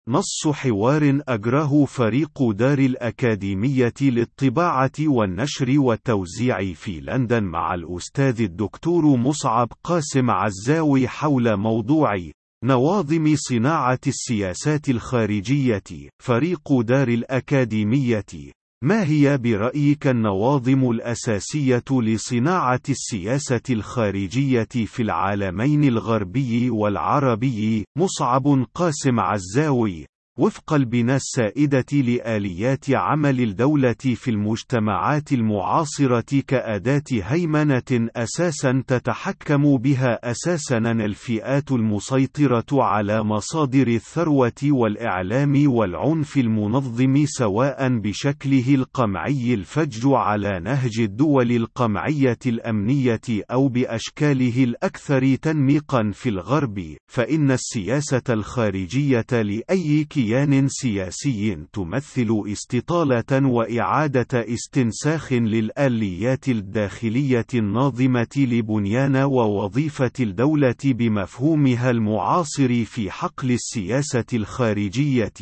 نص حوار أجراه فريق دار الأكاديمية للطباعة والنشر والتوزيع في لندن مع الأستاذ الدكتور مصعب قاسم عزاوي حول موضوع نواظم صناعة السياسات الخارجية. فريق دار الأكاديمية: ما هي برأيك النواظم الأساسية لصناعة السياسة الخارجية في العالمين الغربي والعربي؟ مصعب قاسم عزاوي: وفق البناء السائدة لآليات عمل الدولة في المجتمعات المعاصرة كأداة هيمنة أساسا تتحكم بها أساسا الفئات المسيطرة على مصادر الثروة والإعلام والعنف المنظم، سواء بشكله القمعي الفج على نهج الدول القمعية الأمنية أو بأشكاله الأكثر تنميقا في الغرب. فإن السياسة الخارجية لأي كيان سياسي تمثل استطالة وإعادة استنساخ للآليات الداخلية الناظمة لبنيان ووظيفة الدولة بمفهومها المعاصر في حقل السياسة الخارجية.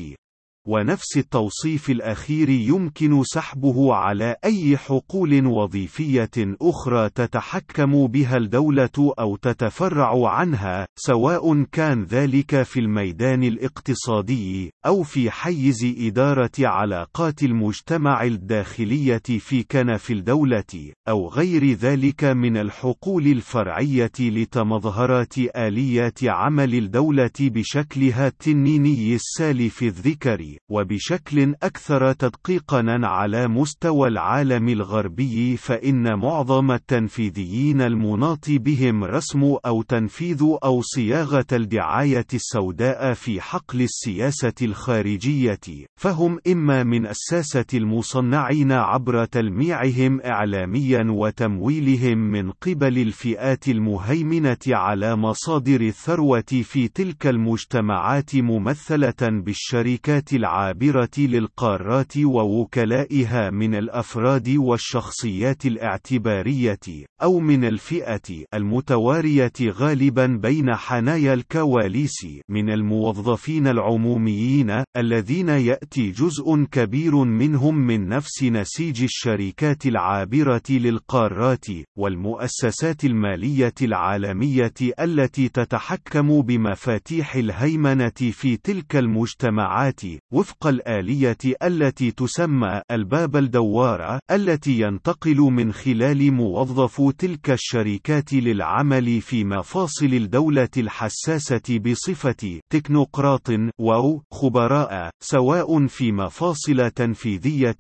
ونفس التوصيف الأخير يمكن سحبه على أي حقول وظيفية أخرى تتحكم بها الدولة أو تتفرع عنها، سواء كان ذلك في الميدان الاقتصادي، أو في حيز إدارة علاقات المجتمع الداخلية في كنف الدولة، أو غير ذلك من الحقول الفرعية لتمظهرات آليات عمل الدولة بشكلها التنيني السالف الذكر. وبشكل أكثر تدقيقا على مستوى العالم الغربي، فإن معظم التنفيذيين المناط بهم رسم أو تنفيذ أو صياغة الدعاية السوداء في حقل السياسة الخارجية، فهم إما من الساسة المصنعين عبر تلميعهم إعلاميا وتمويلهم من قبل الفئات المهيمنة على مصادر الثروة في تلك المجتمعات ممثلة بالشركات العابرة للقارات ووكلائها من الأفراد والشخصيات الاعتبارية، أو من الفئة المتوارية غالبا بين حنايا الكواليس من الموظفين العموميين، الذين يأتي جزء كبير منهم من نفس نسيج الشركات العابرة للقارات والمؤسسات المالية العالمية التي تتحكم بمفاتيح الهيمنة في تلك المجتمعات، وفق الآلية التي تسمى الباب الدوار، التي ينتقل من خلال موظفو تلك الشركات للعمل في مفاصل الدولة الحساسة بصفة تكنوقراط أو خبراء، سواء في مفاصل تنفيذية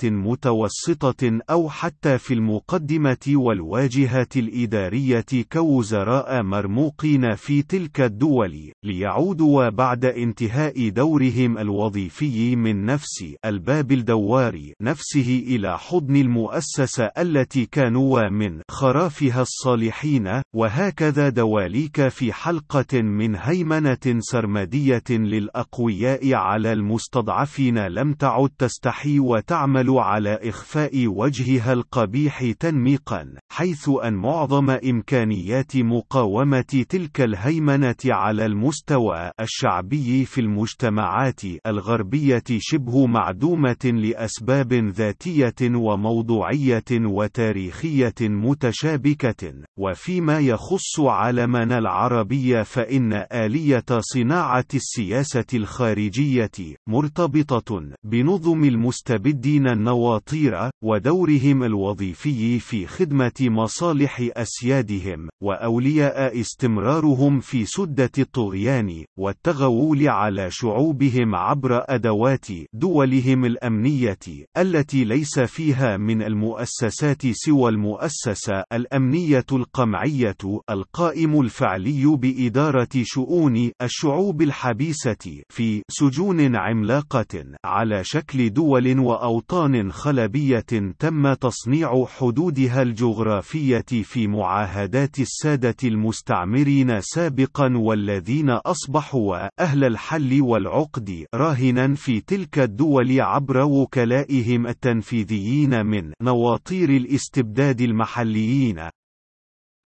متوسطة أو حتى في المقدمة والواجهات الإدارية كوزراء مرموقين في تلك الدول، ليعودوا بعد انتهاء دورهم الوظيفي من نفس الباب الدوار نفسه إلى حضن المؤسسة التي كانوا من خرافها الصالحين. وهكذا دواليك في حلقة من هيمنة سرمدية للأقوياء على المستضعفين لم تعد تستحي وتعمل على إخفاء وجهها القبيح تنميقا، حيث أن معظم إمكانيات مقاومة تلك الهيمنة على المستوى الشعبي في المجتمعات الغربية شبه معدومة لأسباب ذاتية وموضوعية وتاريخية متشابكة. وفيما يخص عالمنا العربي، فإن آلية صناعة السياسة الخارجية مرتبطة بنظم المستبدين النواطير ودورهم الوظيفي في خدمة مصالح أسيادهم وأولياء استمرارهم في سدة الطغيان والتغول على شعوبهم عبر أدوات دولهم الأمنية، التي ليس فيها من المؤسسات سوى المؤسسة الأمنية القمعية القائم الفعلي بإدارة شؤون الشعوب الحبيسة في سجون عملاقة على شكل دول وأوطان خلبية تم تصنيع حدودها الجغرافية في معاهدات السادة المستعمرين سابقا، والذين أصبحوا أهل الحل والعقد راهنا في تلك الدول عبر وكلائهم التنفيذيين من نواطير الاستبداد المحليين.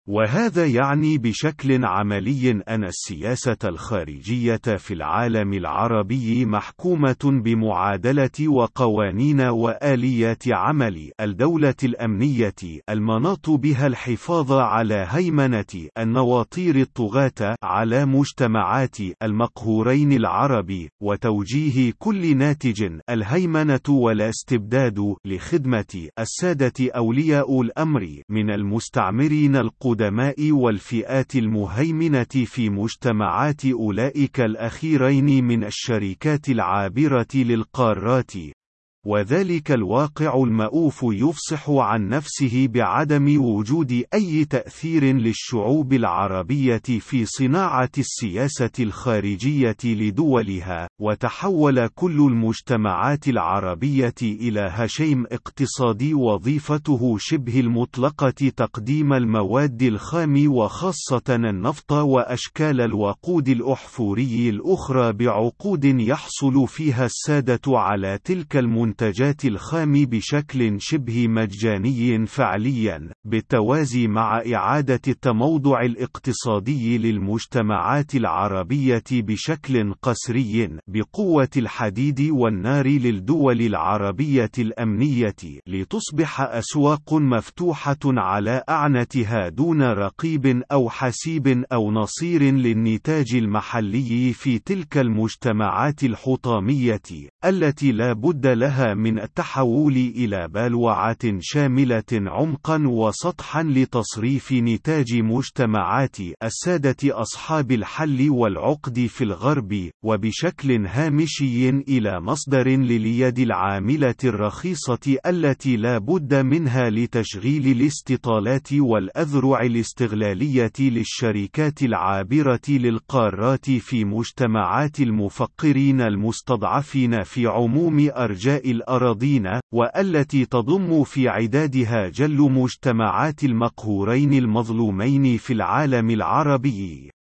وهذا يعني بشكل عملي أن السياسة الخارجية في العالم العربي محكومة بمعادلة وقوانين وآليات عمل الدولة الأمنية المناط بها الحفاظ على هيمنة النواطير الطغاة على مجتمعات المقهورين العرب، وتوجيه كل ناتج الهيمنة والاستبداد لخدمة السادة أولياء الأمر من المستعمرين القدماء والفئات المهيمنة في مجتمعات أولئك الأخيرين من الشركات العابرة للقارات. وذلك الواقع المأوف يفصح عن نفسه بعدم وجود أي تأثير للشعوب العربية في صناعة السياسة الخارجية لدولها، وتحول كل المجتمعات العربية إلى هشيم اقتصادي وظيفته شبه المطلقة تقديم المواد الخام وخاصة النفط وأشكال الوقود الأحفوري الأخرى بعقود يحصل فيها السادة على تلك المنتجات الخام بشكل شبه مجاني فعليا، بالتوازي مع إعادة التموضع الاقتصادي للمجتمعات العربية بشكل قسري بقوة الحديد والنار للدول العربية الأمنية، لتصبح أسواق مفتوحة على أعنتها دون رقيب أو حسيب أو نصير للنتاج المحلي في تلك المجتمعات الحطامية التي لا بد لها من التحول إلى بلوعة شاملة عمقا وسطحا لتصريف نتاج مجتمعات السادة أصحاب الحل والعقد في الغرب، وبشكل هامشي إلى مصدر لليد العاملة الرخيصة التي لا بد منها لتشغيل الاستطالات والأذرع الاستغلالية للشركات العابرة للقارات في مجتمعات المفقرين المستضعفين في عموم أرجاء الأراضين، والتي تضم في عدادها جل مجتمعات المقهورين المظلومين في العالم العربي.